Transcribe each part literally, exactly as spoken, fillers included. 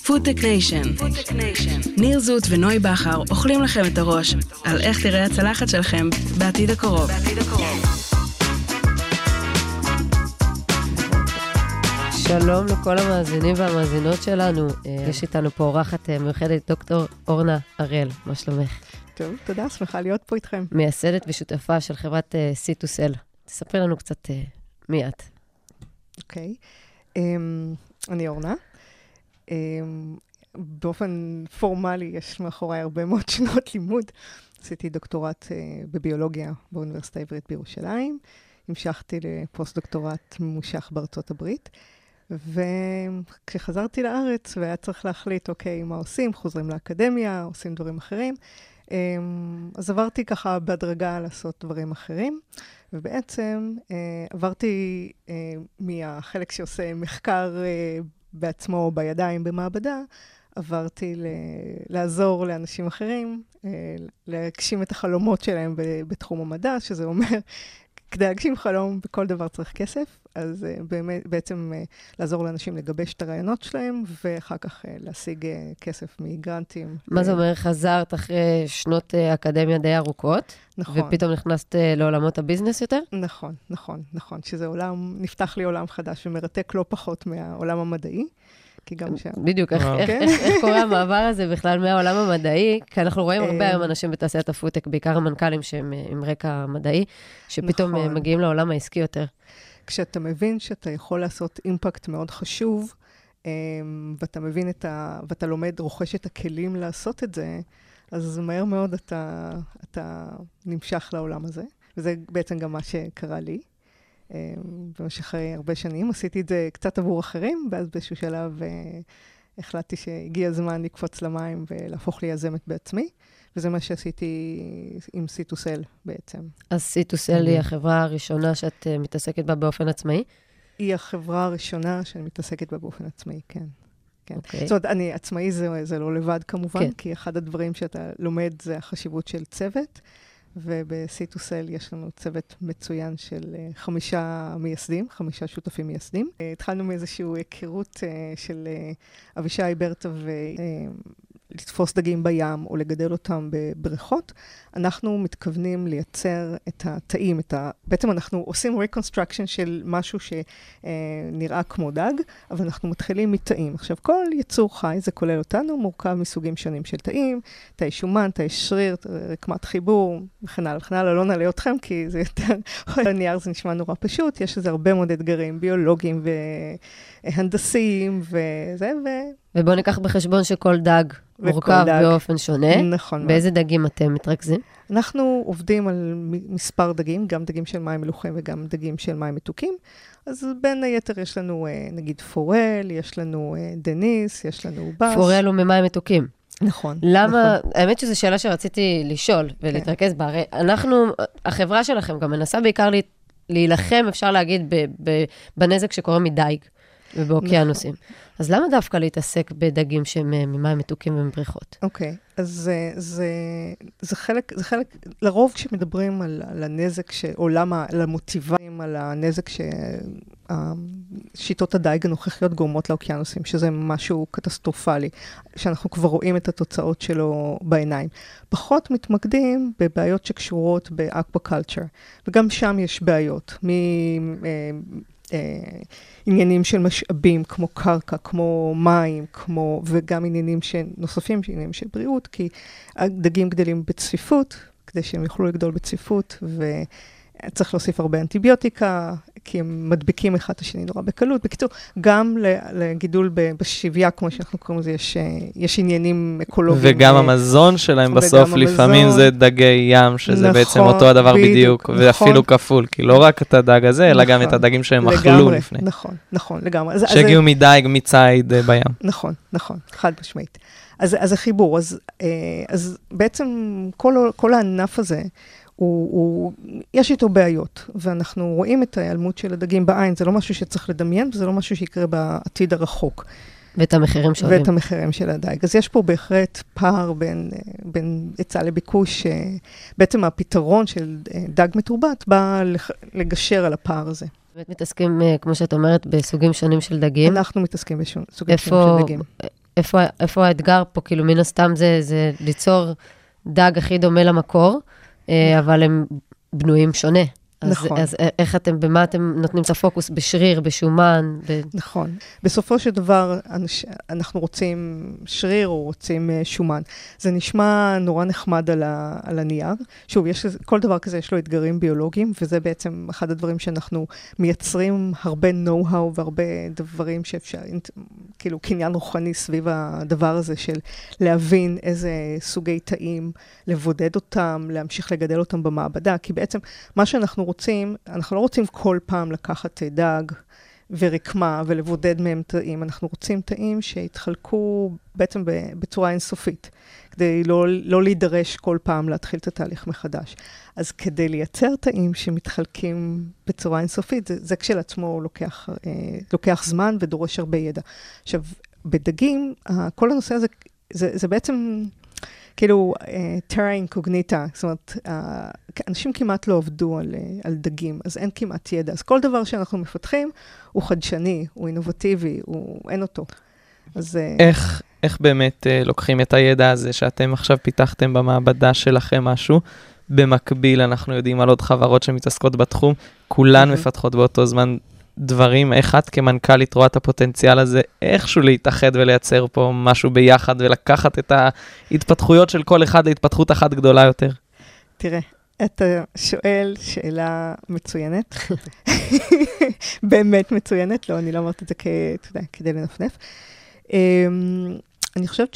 פודטק ניישן. ניר זוט ונוי בחר אוכלים לכם את הראש על איך תראה הצלחת שלכם בעתיד הקרוב. שלום לכל המאזינים והמאזינות שלנו. יש איתנו פה אורחת מיוחדת, דוקטור אורנה אריאל. מה שלומך? טוב, תודה, שמחה להיות פה איתכם. מייסדת ושותפה של חברת סי טו סל. תספרי לנו קצת מי את. אוקיי. אני אורנה. באופן פורמלי יש מאחורי הרבה מאוד שנות לימוד. עשיתי דוקטורט בביולוגיה באוניברסיטה העברית בירושלים. המשכתי לפוסט-דוקטורט ממושך בארצות הברית. וכשחזרתי לארץ והיה צריך להחליט, אוקיי, מה עושים? חוזרים לאקדמיה, עושים דברים אחרים. אז עברתי ככה בהדרגה לעשות דברים אחרים. ובעצם עברתי מהחלק שעושה מחקר בעצמו בידיים במעבדה, עברתי ל- לעזור לאנשים אחרים, להגשים את החלומות שלהם בתחום המדע, שזה אומר, כדי להגשים חלום בכל דבר צריך כסף, אז באמת, בעצם לעזור לאנשים לגבש את הרעיונות שלהם, ואחר כך להשיג כסף מגרנטים. מה זה אומר? חזרת אחרי שנות אקדמיה די ארוכות, נכון. ופתאום נכנסת לעולמות הביזנס יותר? נכון, נכון, נכון, שזה עולם, נפתח לי עולם חדש ומרתק לא פחות מהעולם המדעי. כי גם שם. בדיוק, איך, איך, איך, איך קורה המעבר הזה בכלל מהעולם המדעי? כי אנחנו רואים הרבה היום אנשים בתעשיית הפודטק, בעיקר המנכ"לים שהם עם רקע מדעי, שפתאום נכון. מגיעים לעולם העסקי יותר. כשאתה מבין שאתה יכול לעשות אימפקט מאוד חשוב, ואתה מבין את ה... ואתה לומד, רוכש את הכלים לעשות את זה, אז מהר מאוד אתה, אתה נמשך לעולם הזה. וזה בעצם גם מה שקרה לי. במשך הרבה שנים, עשיתי את זה קצת עבור אחרים, ואז באיזשהו שלב החלטתי שהגיע הזמן לקפוץ למים ולהפוך לי יזמת בעצמי, וזה מה שעשיתי עם סי טו סל בעצם. אז סי טו סל היא החברה הראשונה שאת מתעסקת בה באופן עצמאי? היא החברה הראשונה שאני מתעסקת בה באופן עצמאי, כן. כן. Okay. זאת אומרת, אני עצמאי זה, זה לא לבד כמובן, כן. כי אחד הדברים שאתה לומד זה החשיבות של צוות, וב-סי טו סל יש לנו צוות מצוין של חמישה מייסדים, חמישה שותפים מייסדים. התחלנו מאיזושהי היכרות של אבישי ברטה ולתפוס דגים בים או לגדל אותם בבריכות. אנחנו מתכוונים לייצר את התאים, את ה... בעצם אנחנו עושים reconstruction של משהו שנראה כמו דג, אבל אנחנו מתחילים מתאים. עכשיו, כל יצור חי, זה כולל אותנו, מורכב מסוגים שונים של תאים, תאי שומן, תאי שריר, רקמת חיבור, וכן הלאה, וכן הלאה, לא נעלה אתכם, כי זה יותר, הנייר זה נשמע נורא פשוט, יש לזה הרבה מאוד אתגרים ביולוגיים והנדסיים וזה, ו... ובואו ניקח בחשבון שכל דג מורכב דג. באופן שונה. נכון. באיזה מאוד. דגים אתם מתרכזים? אנחנו עובדים על מספר דגים, גם דגים של מים מלוחים וגם דגים של מים מתוקים. אז בין היתר יש לנו, נגיד, פורל, יש לנו דניס, יש לנו בס. פורל הוא ממים מתוקים. נכון. למה, נכון. האמת שזו שאלה שרציתי לשאול ולהתרכז כן. בה. הרי אנחנו, החברה שלכם גם מנסה בעיקר לה, להילחם, אפשר להגיד, ב, ב, בנזק שקורה מדייג ובאוקיינוסים. נכון. אז למה דווקא להתעסק בדגים שהם ממים מתוקים ומבריכות? אוקיי, אז זה, זה, זה חלק, זה חלק, לרוב כשמדברים על, על הנזק, או למה, על המוטיבים, על הנזק ששיטות הדייג הנוכחיות גורמות לאוקיינוסים, שזה משהו קטסטרופלי, שאנחנו כבר רואים את התוצאות שלו בעיניים. פחות מתמקדים בבעיות שקשורות באקוואקולצ'ר, וגם שם יש בעיות, מ... עניינים של משאבים, כמו קרקע, כמו מים, כמו, וגם עניינים נוספים, עניינים של בריאות, כי הדגים גדלים בצפיפות, כדי שהם יוכלו לגדול בצפיפות, וצריך להוסיף הרבה אנטיביוטיקה, כי הם מדביקים אחד את השני נורא בקלות. בקיצור, גם לגידול בשביה, כמו שאנחנו קוראים לזה, יש, יש עניינים אקולוגיים. וגם המזון שלהם בסוף, לפעמים זה דגי ים, שזה נכון, בעצם אותו הדבר בדיוק, בדיוק נכון. ואפילו כפול, כי לא רק את הדג הזה, נכון, אלא גם את הדגים שהם לגמרי, אכלו לפני. נכון, נכון, לגמרי. שהגיעו אז... מדייג, מצייד בים. נכון, נכון, חד משמעית. אז, אז החיבור, אז, אז בעצם כל, כל הענף הזה, הוא, הוא, יש איתו בעיות, ואנחנו רואים את ההיעלמות של הדגים בעין, זה לא משהו שצריך לדמיין, וזה לא משהו שיקרה בעתיד הרחוק. ואת המחירים שעולים. ואת המחירים של הדייג. אז יש פה בהחלט פער בין, בין היצע לביקוש, בעצם הפתרון של דג מתורבת בא לגשר על הפער הזה. באמת מתעסקים, כמו שאת אומרת, בסוגים שונים של דגים. אנחנו מתעסקים בסוגים שונים של דגים. איפה, איפה האתגר פה? כאילו, מן הסתם זה, זה ליצור דג הכי דומה למקור, אבל הם בנויים שונה. נכון. אז, אז איך אתם, במה אתם נותנים את הפוקוס? בשריר, בשומן? ב... נכון. בסופו של דבר, אנחנו רוצים שריר או רוצים שומן. זה נשמע נורא נחמד על, ה, על הנייר. שוב, יש, כל דבר כזה יש לו אתגרים ביולוגיים, וזה בעצם אחד הדברים שאנחנו מייצרים הרבה know-how והרבה דברים שאפשר, כאילו קניין רוחני סביב הדבר הזה של להבין איזה סוגי תאים, לבודד אותם, להמשיך לגדל אותם במעבדה, כי בעצם מה שאנחנו רוצים, אנחנו לא רוצים כל פעם לקחת דג ורקמה ולבודד מהם תאים, אנחנו רוצים תאים שהתחלקו בעצם בצורה אינסופית, כדי לא, לא להידרש כל פעם להתחיל את התהליך מחדש. אז כדי לייצר תאים שמתחלקים בצורה אינסופית, זה, זה כשלעצמו לוקח, אה, לוקח זמן ודורש הרבה ידע. עכשיו, בדגים, כל הנושא הזה, זה, זה בעצם כאילו טרה אינקוגניטה, זאת אומרת, אנשים כמעט לא עובדו על, על דגים, אז אין כמעט ידע. אז כל דבר שאנחנו מפתחים הוא חדשני, הוא אינובטיבי, הוא, אין אותו. אז... איך, איך באמת לוקחים את הידע הזה שאתם עכשיו פיתחתם במעבדה שלכם משהו? במקביל אנחנו יודעים על עוד חברות שמתעסקות בתחום, כולן מפתחות באותו זמן דברים, איך את כמנכ"לית רואה את הפוטנציאל הזה, איכשהו להתאחד ולייצר פה משהו ביחד, ולקחת את ההתפתחויות של כל אחד להתפתחות אחת גדולה יותר? תראה, אתה שואל שאלה מצוינת, באמת מצוינת, לא, אני לא אמרת את זה כדי לנפנף. אני חושבת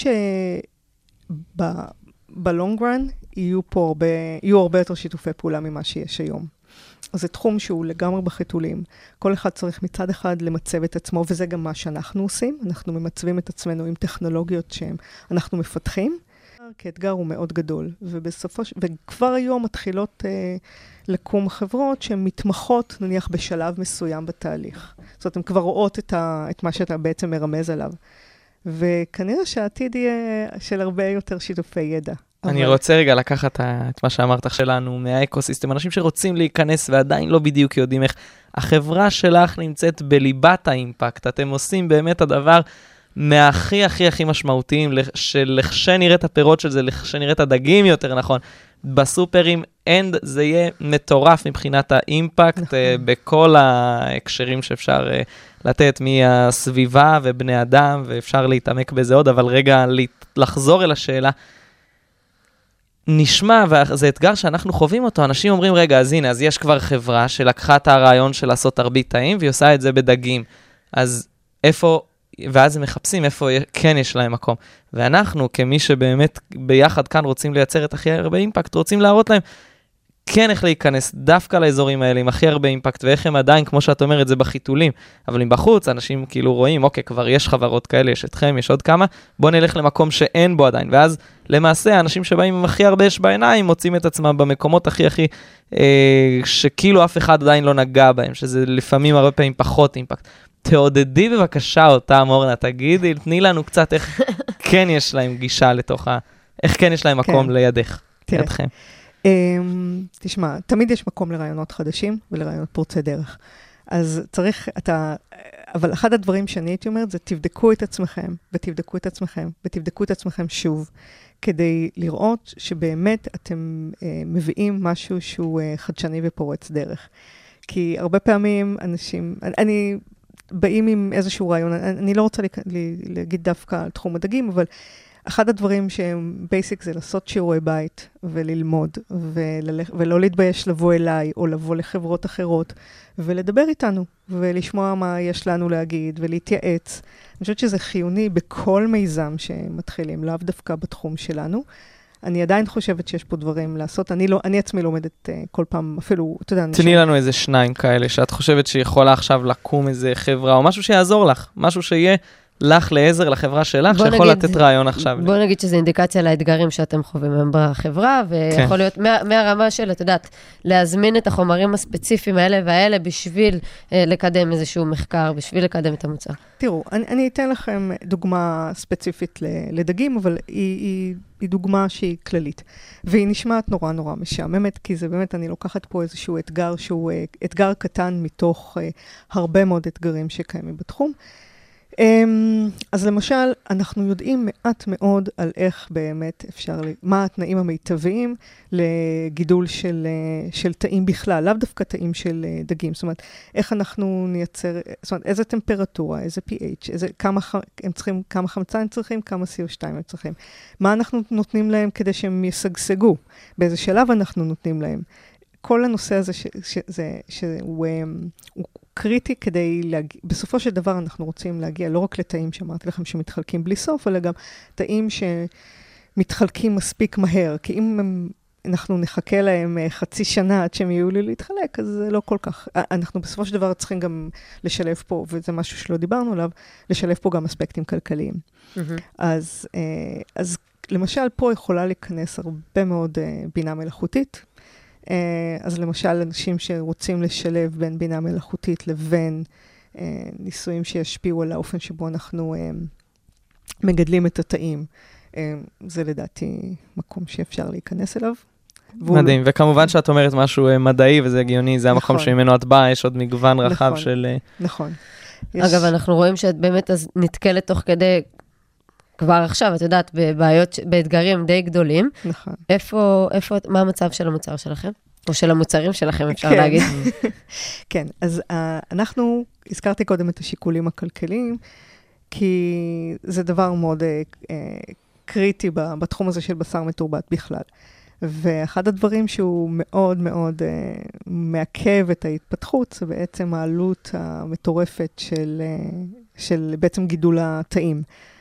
שבלונג רן יהיו פה הרבה, יהיו הרבה יותר שיתופי פעולה ממה שיש היום. אז זה תחום שהוא לגמרי בחיתולים. כל אחד צריך מצד אחד למצב את עצמו, וזה גם מה שאנחנו עושים. אנחנו ממצבים את עצמנו עם טכנולוגיות שאנחנו מפתחים. כאתגר הוא מאוד גדול, ובסופו ש... וכבר היום מתחילות אה, לקום חברות שהן מתמחות, נניח, בשלב מסוים בתהליך. זאת אומרת, הן כבר רואות את, ה... את מה שאתה בעצם מרמז עליו. וכנראה שהעתיד יהיה של הרבה יותר שיתופי ידע. אני רוצה רגע לקחת את מה שאמרת שלנו מהאקוסיסטם, אנשים שרוצים להיכנס ועדיין לא בדיוק יודעים איך. החברה שלך נמצאת בליבת האימפקט, אתם עושים באמת הדבר מהכי הכי הכי משמעותיים, שלכשנראה את הפירות של זה, לכשנראה את הדגים יותר נכון, בסופרים אנד זה יהיה מטורף מבחינת האימפקט בכל ההקשרים שאפשר לתת מהסביבה ובני אדם, ואפשר להתעמק בזה עוד, אבל רגע לחזור אל השאלה, נשמע, וזה אתגר שאנחנו חווים אותו, אנשים אומרים, רגע, אז הנה, אז יש כבר חברה שלקחה את הרעיון של לעשות תרבית תאים, והיא עושה את זה בדגים. אז איפה, ואז הם מחפשים איפה כן יש להם מקום. ואנחנו, כמי שבאמת ביחד כאן רוצים לייצר את הכי הרבה אימפקט, רוצים להראות להם, כן איך להיכנס דווקא לאזורים האלה עם הכי הרבה אימפקט, ואיך הם עדיין, כמו שאת אומרת, זה בחיתולים. אבל אם בחוץ, אנשים כאילו רואים, אוקיי, כבר יש חברות כאלה, יש אתכם, יש עוד כמה, בוא נלך למקום שאין בו עדיין. ואז למעשה, האנשים שבאים עם הכי הרבה יש בעיניים, מוצאים את עצמם במקומות הכי הכי, אה, שכאילו אף אחד עדיין לא נגע בהם, שזה לפעמים הרבה פעמים פחות אימפקט. תעודדי בבקשה אותם, אורנה, תגידי, תני לנו קצת איך כן יש להם גישה לתוך ה... איך כן יש להם מקום לידך, לידכם. תשמע, תמיד יש מקום לרעיונות חדשים ולרעיונות פורצי דרך. אז צריך, אתה, אבל אחד הדברים שאני הייתי אומרת, זה תבדקו את עצמכם, ותבדקו את עצמכם, ותבדקו את עצמכם שוב, כדי לראות שבאמת אתם אה, מביאים משהו שהוא אה, חדשני ופורץ דרך. כי הרבה פעמים אנשים, אני, אני באים עם איזשהו רעיון, אני, אני לא רוצה לי, לי, להגיד דווקא על תחום הדגים, אבל אחד הדברים שהם בייסיק זה לעשות שיעורי בית וללמוד, וללכ... ולא להתבייש לבוא אליי, או לבוא לחברות אחרות, ולדבר איתנו, ולשמוע מה יש לנו להגיד, ולהתייעץ. אני חושבת שזה חיוני בכל מיזם שמתחילים, לאו דווקא בתחום שלנו. אני עדיין חושבת שיש פה דברים לעשות. אני, לא, אני עצמי לומדת uh, כל פעם, אפילו, אתה יודע... תני לנו איזה שניים כאלה, שאת חושבת שיכולה עכשיו לקום איזה חברה, או משהו שיעזור לך, משהו שיהיה... לך לעזר, לחברה שלך, שיכול נגיד, לתת רעיון עכשיו. בוא נגיד שזה אינדיקציה לאתגרים שאתם חווים בחברה, ויכול כן. להיות מה, מהרמה של, את יודעת, להזמין את החומרים הספציפיים האלה והאלה, בשביל אה, לקדם איזשהו מחקר, בשביל לקדם את המוצר. תראו, אני, אני אתן לכם דוגמה ספציפית לדגים, אבל היא, היא, היא דוגמה שהיא כללית. והיא נשמעת נורא נורא משעממת, כי זה באמת, אני לוקחת פה איזשהו אתגר, שהוא אתגר קטן מתוך אה, הרבה מאוד אתגרים שקיימים בתחום. אז למשל, אנחנו יודעים מעט מאוד על איך באמת אפשר, מה התנאים המיטביים לגידול של, של תאים בכלל, לאו דווקא תאים של דגים. זאת אומרת, איך אנחנו נייצר, זאת אומרת, איזה טמפרטורה, איזה pH, איזה, כמה, הם צריכים, כמה חמצן הם צריכים, כמה סי או שתיים הם צריכים. מה אנחנו נותנים להם כדי שהם יסגסגו? באיזה שלב אנחנו נותנים להם? כל הנושא הזה ש, ש, זה, שהוא הוא קריטי כדי להגיע, בסופו של דבר אנחנו רוצים להגיע לא רק לתאים שאמרתי לכם שמתחלקים בלי סוף, אלא גם תאים שמתחלקים מספיק מהר, כי אם הם, אנחנו נחכה להם חצי שנה עד שהם יהיו לי להתחלק, אז זה לא כל כך. אנחנו בסופו של דבר צריכים גם לשלב פה, וזה משהו שלא דיברנו עליו, לשלב פה גם אספקטים כלכליים. Mm-hmm. אז, אז למשל פה יכולה להיכנס הרבה מאוד בינה מלאכותית, אז למשל, אנשים שרוצים לשלב בין בינה מלאכותית לבין ניסויים שישפיעו על האופן שבו אנחנו מגדלים את התאים, זה לדעתי מקום שאפשר להיכנס אליו. מדהים, וכמובן שאת אומרת משהו מדעי וזה הגיוני, זה המקום שממנו את באה, יש עוד מגוון רחב של... נכון. אגב, אנחנו רואים שאת באמת נתקלת תוך כדי... כבר עכשיו, את יודעת, בבעיות, באתגרים די גדולים. נכון. איפה, איפה, מה המצב של המוצר שלכם? או של המוצרים שלכם, אפשר להגיד? כן, אז אנחנו, הזכרתי קודם את השיקולים הכלכליים, כי זה דבר מאוד קריטי בתחום הזה של בשר מתורבת בכלל. ואחד הדברים שהוא מאוד מאוד מעכב את ההתפתחות, זה בעצם העלות המטורפת של, של בעצם גידול התאים.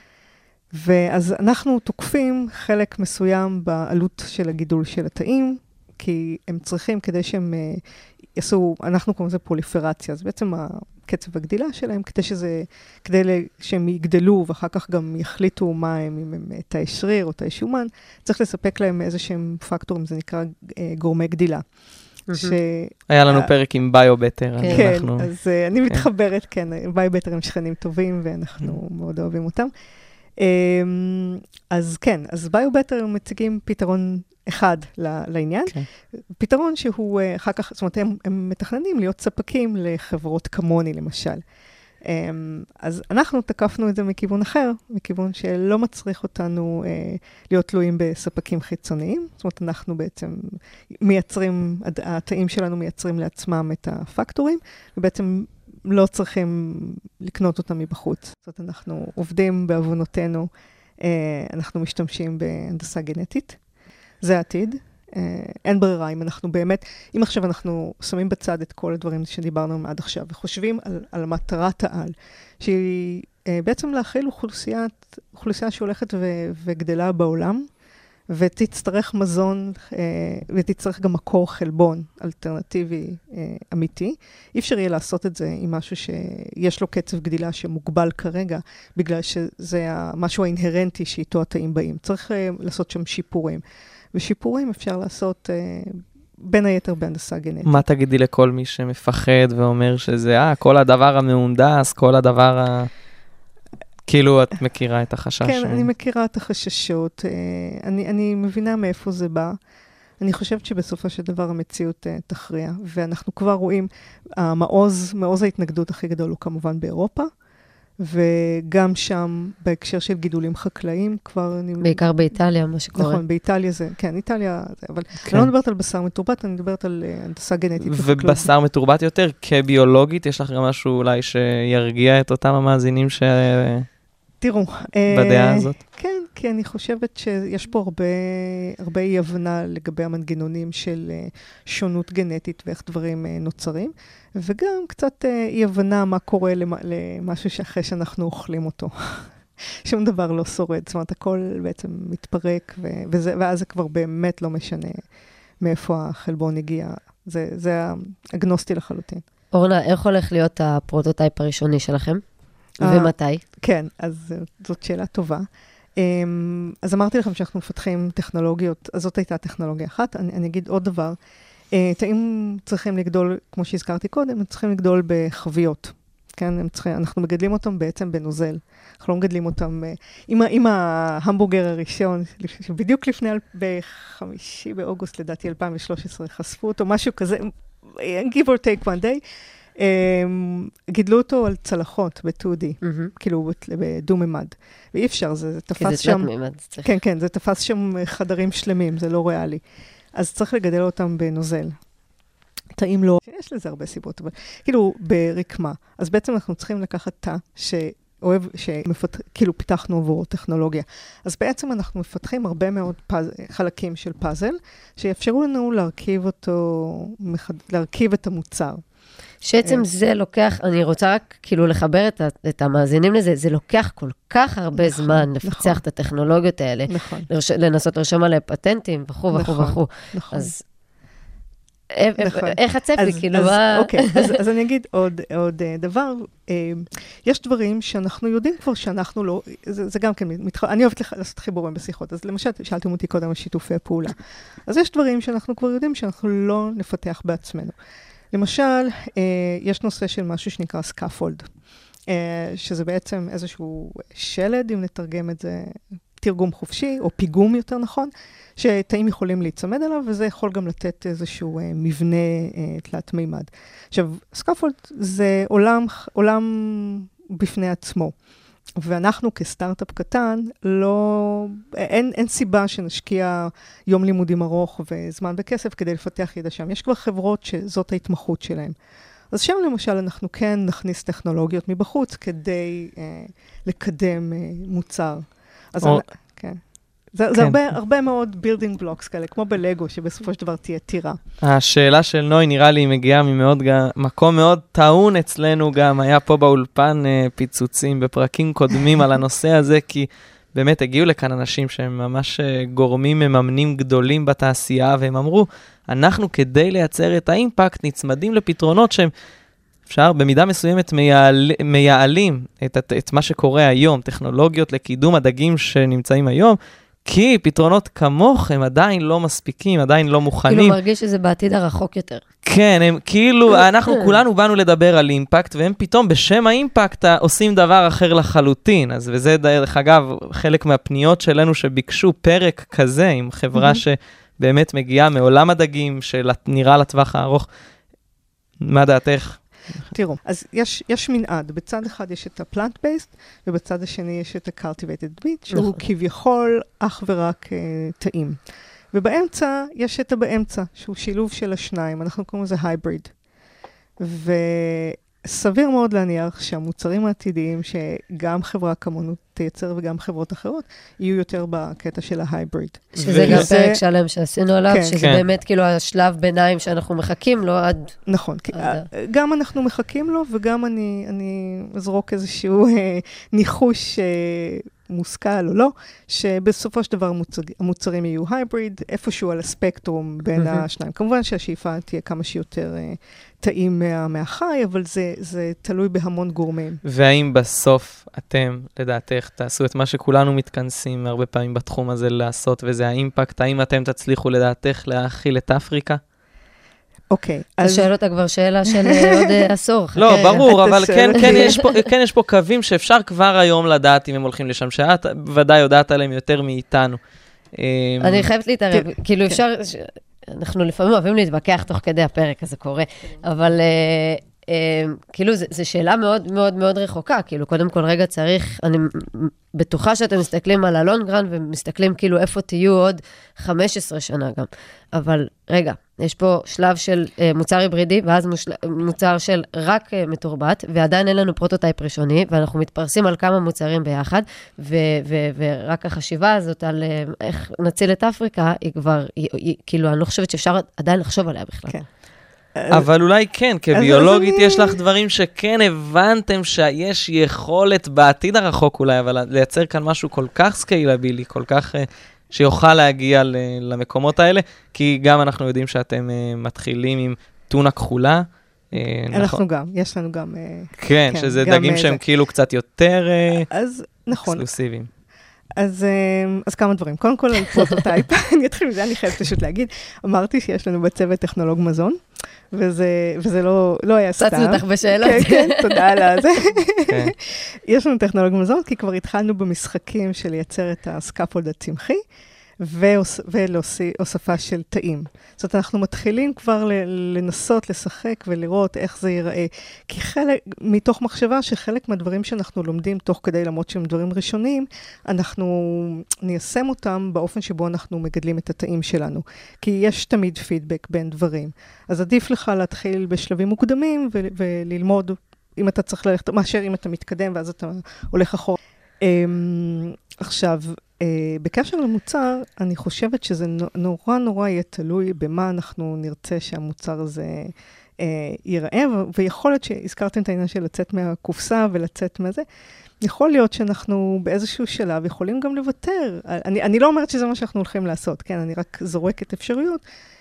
ואז אנחנו תוקפים חלק מסוים בעלות של הגידול של התאים, כי הם צריכים כדי שהם uh, יעשו, אנחנו קוראים לזה פרוליפרציה, אז בעצם הקצב הגדילה שלהם, כדי שזה, כדי שהם יגדלו ואחר כך גם יחליטו מה הם, אם הם תאי שריר או תאי שומן, צריך לספק להם איזה שהם פקטורים, זה נקרא uh, גורמי גדילה. ש... היה לנו פרק עם ביובטר. כן, אנחנו... אז uh, אני מתחברת, כן, ביובטר הם שכנים טובים ואנחנו מאוד אוהבים אותם. אז כן, אז ביובטר מציגים פתרון אחד לעניין, פתרון שהוא אחר כך, זאת אומרת, הם מתכננים להיות ספקים לחברות כמוני, למשל. אז אנחנו תקפנו את זה מכיוון אחר, מכיוון שלא מצריך אותנו להיות תלויים בספקים חיצוניים, זאת אומרת, אנחנו בעצם מייצרים, התאים שלנו מייצרים לעצמם את הפקטורים, ובעצם לא צריכים לקנות אותם מבחוץ. זאת אומרת, אנחנו עובדים בעוונותינו, אנחנו משתמשים בהנדסה גנטית. זה העתיד. אין ברירה, אם אנחנו באמת, אם עכשיו אנחנו שמים בצד את כל הדברים שדיברנו עד עכשיו, וחושבים על, על מטרת העל, שהיא בעצם להכיל אוכלוסיית, אוכלוסייה שהולכת ו, וגדלה בעולם, ותצטרך מזון, ותצטרך גם מקור חלבון אלטרנטיבי אמיתי. אי אפשר יהיה לעשות את זה עם משהו שיש לו קצב גדילה שמוגבל כרגע, בגלל שזה המשהו האינהרנטי שאיתו התאים באים. צריך לעשות שם שיפורים. ושיפורים אפשר לעשות בין היתר בהנדסה גנטית. מה תגידי לכל מי שמפחד ואומר שזה, אה, כל הדבר המהונדס, כל הדבר ה... כאילו את מכירה את החשש. כן, אני מכירה את החששות. אני, אני מבינה מאיפה זה בא. אני חושבת שבסופו של דבר המציאות תכריע, ואנחנו כבר רואים, המעוז, מעוז ההתנגדות הכי גדול הוא כמובן באירופה, וגם שם, בהקשר של גידולים חקלאיים, כבר... בעיקר באיטליה, מה שקורה. נכון, באיטליה זה, כן, איטליה, אבל אני לא מדברת על בשר מתורבת, אני מדברת על הנדסה גנטית. ובשר מתורבת יותר, כביולוגית, יש לך גם משהו אולי שירגיע את אותם המאזינים ש... תראו. בדעה הזאת? כן, כי אני חושבת שיש פה הרבה, הרבה אי הבנה לגבי המנגנונים של שונות גנטית ואיך דברים נוצרים, וגם קצת אי הבנה מה קורה למשהו שאחרי שאנחנו אוכלים אותו. שום דבר לא שורד, זאת אומרת, הכל בעצם מתפרק, וזה, ואז זה כבר באמת לא משנה מאיפה החלבון הגיע. זה, זה אגנוסטי לחלוטין. אורנה, איך הולך להיות הפרוטוטייפ הראשוני שלכם? ומתי? כן, אז זאת שאלה טובה. אז אמרתי לכם שאנחנו מפתחים טכנולוגיות, אז זאת הייתה טכנולוגיה אחת. אני, אני אגיד עוד דבר. תאים צריכים לגדול, כמו שהזכרתי קודם, הם צריכים לגדול בחביות. כן, הם צריכים, אנחנו מגדלים אותם בעצם בנוזל. אנחנו לא מגדלים אותם, עם, עם ההמבורגר הראשון, בדיוק לפני, בחמישי באוגוסט, לדעתי אלפיים ושלוש עשרה, חשפו אותו, משהו כזה, give or take one day, גידלו אותו על צלחות ב-טו די, כאילו בדו-ממד. ואי אפשר, זה תפס שם... כי זה תלת-ממד. כן, כן, זה תפס שם חדרים שלמים, זה לא ריאלי. אז צריך לגדל אותם בנוזל. תאים לא... יש לזה הרבה סיבות, אבל כאילו ברקמה. אז בעצם אנחנו צריכים לקחת תא שאוהב, שכאילו פיתחנו עבור טכנולוגיה. אז בעצם אנחנו מפתחים הרבה מאוד פז... חלקים של פאזל, שיאפשרו לנו להרכיב אותו, להרכיב את המוצר. שעצם זה לוקח, אני רוצה רק כאילו לחבר את, את המאזינים לזה, זה לוקח כל כך הרבה נכון, זמן לפצח נכון. את הטכנולוגיות האלה, נכון. לרש, לנסות לרשום עליהם פטנטים וכו' וכו' נכון, וכו'. נכון. אז נכון. איך הצפי, אז, כאילו, אז, מה... אוקיי, אז, אז אני אגיד עוד, עוד דבר, יש דברים שאנחנו יודעים כבר שאנחנו לא, זה, זה גם כן, מתח... אני אוהבת לעשות חיבורים בשיחות, אז למשל, שאלתם אותי קודם על שיתופי הפעולה. אז יש דברים שאנחנו כבר יודעים שאנחנו לא נפתח בעצמנו. למשל, יש נושא של משהו שנקרא סקאפולד, שזה בעצם איזשהו שלד, אם נתרגם את זה, תרגום חופשי, או פיגום יותר נכון, שתאים יכולים להיצמד אליו, וזה יכול גם לתת איזשהו מבנה תלת מימד. עכשיו, סקאפולד זה עולם, עולם בפני עצמו. ואנחנו כסטארט-אפ קטן, לא, אין, אין סיבה שנשקיע יום לימודים ארוך וזמן וכסף כדי לפתח ידע שם. יש כבר חברות שזאת ההתמחות שלהם. אז שם למשל אנחנו כן נכניס טכנולוגיות מבחוץ כדי אה, לקדם אה, מוצר. אז או... אני, כן. זה, כן. זה הרבה, הרבה מאוד building blocks כאלה, כמו בלגו, שבסופו של דבר תהיה טירה. השאלה של נוי נראה לי מגיעה ממאוד, מקום מאוד טעון אצלנו גם, היה פה באולפן פיצוצים בפרקים קודמים על הנושא הזה, כי באמת הגיעו לכאן אנשים שהם ממש גורמים מממנים גדולים בתעשייה, והם אמרו, אנחנו כדי לייצר את האימפקט נצמדים לפתרונות שהם, אפשר במידה מסוימת מייעל, מייעלים את, את, את מה שקורה היום, טכנולוגיות לקידום הדגים שנמצאים היום, כי פתרונות כמוך הם עדיין לא מספיקים, עדיין לא מוכנים. כאילו מרגיש שזה בעתיד הרחוק יותר. כן, הם כאילו, אנחנו כולנו באנו לדבר על אימפקט, והם פתאום בשם האימפקט עושים דבר אחר לחלוטין. אז וזה דרך אגב, חלק מהפניות שלנו שביקשו פרק כזה, עם חברה שבאמת מגיעה מעולם הדגים, שנראה לטווח הארוך. מה דעתך? תראו, אז יש, יש מנעד. בצד אחד יש את ה-plant-based, ובצד השני יש את ה-cultivated meat, שהוא כביכול אך ורק uh, טעים. ובאמצע יש את הבאמצע, שהוא שילוב של השניים. אנחנו קוראים לזה hybrid. וסביר מאוד להניח שהמוצרים העתידיים, שגם חברה כמונו תייצר וגם חברות אחרות, יהיו יותר בקטע של ההייבריד. שזה גם פרק שלם שעשינו עליו, שזה באמת כאילו השלב ביניים שאנחנו מחכים לו עד... נכון, גם אנחנו מחכים לו, וגם אני אזרוק איזשהו ניחוש מושכל או לא, שבסופו של דבר המוצרים יהיו הייבריד, איפשהו על הספקטרום בין השניים. כמובן שהשאיפה תהיה כמה שיותר טעים מהחי, אבל זה תלוי בהמון גורמים. והאם בסוף אתם, לדעתך, תעשו את מה שכולנו מתכנסים הרבה פעמים בתחום הזה לעשות, וזה האימפקט, האם אתם תצליחו לדעתך להכיל את אפריקה? אוקיי. אתה שואל אותה כבר שאלה של עוד עשור. לא, ברור, אבל כן יש פה קווים שאפשר כבר היום לדעת אם הם הולכים לשם, שאת ודאי יודעת עליהם יותר מאיתנו. אני חייבת להתערב, כאילו אפשר, אנחנו לפעמים אוהבים להתווכח תוך כדי הפרק, אז זה קורה, אבל... כאילו, זו שאלה מאוד מאוד מאוד רחוקה, כאילו, קודם כל רגע צריך, אני בטוחה שאתם מסתכלים על הלונגרן, ומסתכלים כאילו איפה תהיו עוד חמש עשרה שנה גם, אבל רגע, יש פה שלב של מוצר היברידי, ואז מוצר של רק מתורבת, ועדיין אין לנו פרוטוטייפ ראשוני, ואנחנו מתפרסים על כמה מוצרים ביחד, ורק החשיבה הזאת על איך נציל את אפריקה, היא כבר, כאילו, אני לא חושבת שאפשר עדיין לחשוב עליה בכלל. כן. אבל אולי כן, כביולוגית יש לך דברים שכן הבנתם שיש יכולת בעתיד הרחוק אולי, אבל לייצר כאן משהו כל כך סקיילבילי, כל כך שיוכל להגיע למקומות האלה, כי גם אנחנו יודעים שאתם מתחילים עם טונה כחולה. אנחנו גם, יש לנו גם... כן, שזה דגים שהם כאילו קצת יותר אקסקלוסיביים. אז, אז כמה דברים. קודם כל, על פרוטוטייפ, אני אתחיל מזה, אני חייבת פשוט להגיד, אמרתי שיש לנו בצוות טכנולוג מזון, וזה, וזה לא, לא היה סתם. צצנו אותך בשאלות. כן, כן, תודה על זה. יש לנו טכנולוג מזון, כי כבר התחלנו במשחקים של לייצר את הסקאפולד הצמחי, והוספה של תאים. זאת אומרת, אנחנו מתחילים כבר לנסות, לשחק ולראות איך זה ייראה. כי חלק, מתוך מחשבה שחלק מהדברים שאנחנו לומדים תוך כדי, למרות שהם דברים ראשונים, אנחנו ניישם אותם באופן שבו אנחנו מגדלים את התאים שלנו. כי יש תמיד פידבק בין דברים. אז עדיף לך להתחיל בשלבים מוקדמים ו- וללמוד אם אתה צריך ללכת, מאשר אם אתה מתקדם ואז אתה הולך אחורה. עכשיו, בקשר למוצר, אני חושבת שזה נורא נורא יהיה תלוי במה אנחנו נרצה שהמוצר הזה ייראה, ויכול להיות שהזכרתם את העניין של לצאת מהקופסה ולצאת מזה, יכול להיות שאנחנו באיזשהו שלב יכולים גם לוותר. אני, אני לא אומרת שזה מה שאנחנו הולכים לעשות, כן? אני רק זורקת אפשרויות.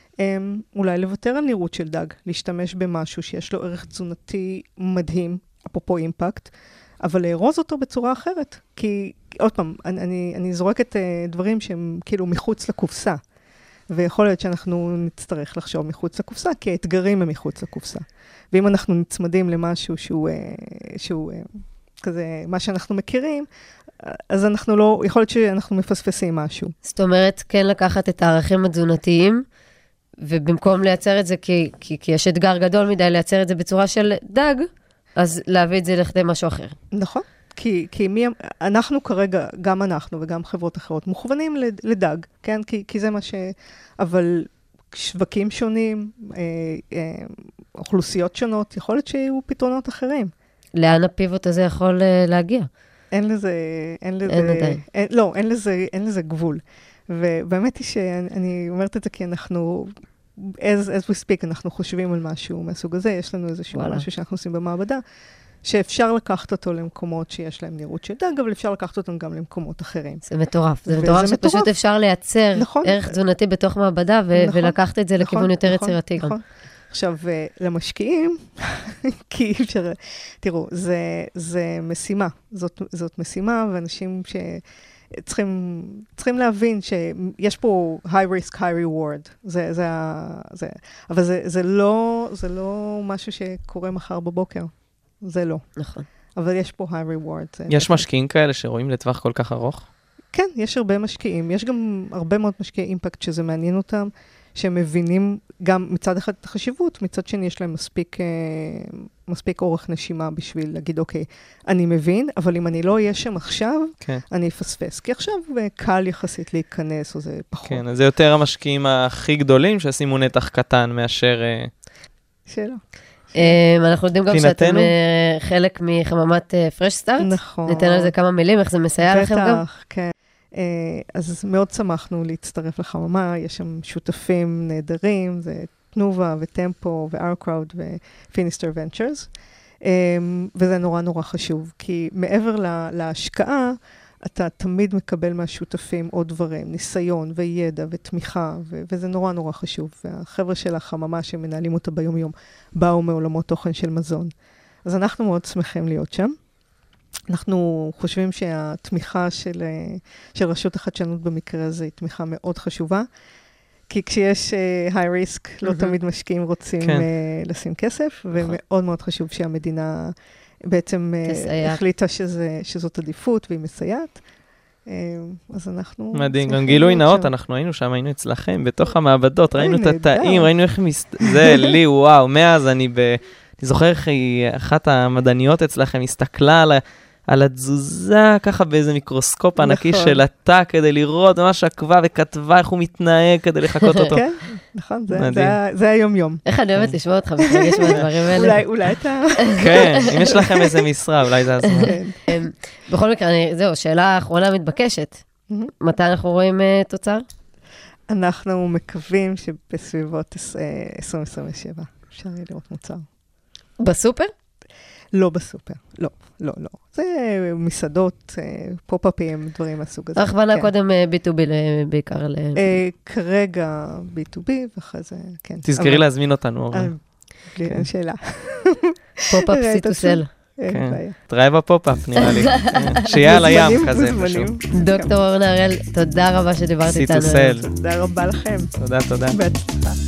אולי לוותר על נראות של דג, להשתמש במשהו שיש לו ערך תזונתי מדהים, אפרופו אימפקט, אבל לארוז אותו בצורה אחרת. כי, עוד פעם, אני, אני, אני זורקת uh, דברים שהם כאילו מחוץ לקופסה, ויכול להיות שאנחנו נצטרך לחשוב מחוץ לקופסה, כי האתגרים הם מחוץ לקופסה. ואם אנחנו נצמדים למשהו שהוא, uh, שהוא uh, כזה, מה שאנחנו מכירים, אז אנחנו לא, יכול להיות שאנחנו מפספסים משהו. זאת אומרת, כן לקחת את הערכים התזונתיים, ובמקום לייצר את זה, כי, כי, כי יש אתגר גדול מדי לייצר את זה בצורה של דג, אז להביא את זה לכדי משהו אחר. נכון, כי, כי מי, אנחנו כרגע, גם אנחנו וגם חברות אחרות, מוכוונים לדג, כן? כי, כי זה מה ש... אבל שווקים שונים, אה, אה, אוכלוסיות שונות, יכול להיות שיהיו פתרונות אחרים. לאן הפיבוט הזה יכול אה, להגיע? אין לזה... אין לזה... אין עדיין. אין, לא, אין לזה, אין לזה גבול. ובאמת היא שאני אומרת את זה כי אנחנו... as, as we speak, אנחנו חושבים על משהו מהסוג הזה, יש לנו איזשהו וואלה. משהו שאנחנו עושים במעבדה, שאפשר לקחת אותו למקומות שיש להם נראות של דג, אבל אפשר לקחת אותם גם למקומות אחרים. זה מטורף. זה מטורף שפשוט מטורף. אפשר לייצר נכון. ערך תזונתי בתוך מעבדה, ו- נכון. ולקחת את זה נכון, לכיוון יותר נכון, יצירתי נכון. גם. עכשיו, למשקיעים, כי אפשר, תראו, זה, זה משימה. זאת, זאת משימה, ואנשים ש... צריכים, צריכים להבין שיש פה high risk, high reward. זה, זה, זה, אבל זה, זה לא, זה לא משהו שקורה מחר בבוקר. זה לא. נכון. אבל יש פה high reward. יש משקיעים כאלה שרואים לטווח כל כך ארוך? כן, יש הרבה משקיעים. יש גם הרבה מאוד משקיעי אימפקט שזה מעניין אותם, שהם מבינים גם מצד אחד את החשיבות, מצד שני יש להם מספיק, מספיק אורך נשימה בשביל להגיד, אוקיי, אני מבין, אבל אם אני לא אהיה שם עכשיו, כן. אני אפספס. כי עכשיו קל יחסית להיכנס, או זה פחות. כן, אז זה יותר המשקיעים הכי גדולים, שעשימו נתח קטן מאשר... שאלה. אנחנו יודעים גם שאתם חלק מחממת פרש סטארט. נכון. ניתן על זה כמה מילים, איך זה מסייע לכם גם? בטח, כן. אז מאוד שמחנו להצטרף לחממה, יש שם שותפים נהדרים, זה תנובה וטמפו וארקראוד ופיניסטר ונצ'רס, וזה נורא נורא חשוב, כי מעבר להשקעה, אתה תמיד מקבל מהשותפים עוד דברים, ניסיון וידע ותמיכה, וזה נורא נורא חשוב. והחבר'ה של החממה שמנהלים אותה ביום יום, באו מעולמות תוכן של מזון. אז אנחנו מאוד שמחים להיות שם. אנחנו חושבים שהתמיכה של, של רשות החדשנות במקרה הזה היא תמיכה מאוד חשובה, כי כשיש uh, high risk, לא mm-hmm. תמיד משקיעים רוצים כן. uh, לשים כסף, ומאוד מאוד חשוב שהמדינה בעצם uh, החליטה שזה, שזאת עדיפות והיא מסייעת. Uh, אז אנחנו... מדהים, גם גילוי נאות, אנחנו היינו שם, היינו אצלכם, בתוך המעבדות, ראינו את התאים, ראינו איך מסת... זה לי, וואו, מאז אני ב... אני זוכר איך אחת המדעניות אצלכם הסתכלה על ה... על התזוזה, ככה באיזה מיקרוסקופ ענקי של התא, כדי לראות ממש עקבה וכתבה איך הוא מתנהג כדי לחכות אותו. כן, נכון, זה היום-יום. איך אני אוהבת לשמוע אותך מתרגש מהדברים האלה? אולי אתה... כן, אם יש לכם איזה משרה, אולי זה הזמן. בכל מקרה, זהו, שאלה אחרונה מתבקשת. מתי אנחנו רואים תוצר? אנחנו מקווים שבסביבות עשרים עשרים ושבע אפשר יהיה לראות מוצר. בסופר? לא בסופר, לא, לא, לא. זה מסעדות, פופ-אפים, דברים מהסוג הזה. הכוונה קודם בי טו בי בעיקר ל... כרגע בי טו בי, ואחרי זה, כן. תזכרי להזמין אותנו, אורנה. בלי שאלה. פופ-אפ סיטוסל. כן, תראה בפופ-אפ, נראה לי. שיהיה על הים כזה, פשוט. דוקטור אורנה הראל, תודה רבה שדיברת איתנו. סיטוסל. תודה רבה לכם. תודה, תודה. בהצלחה.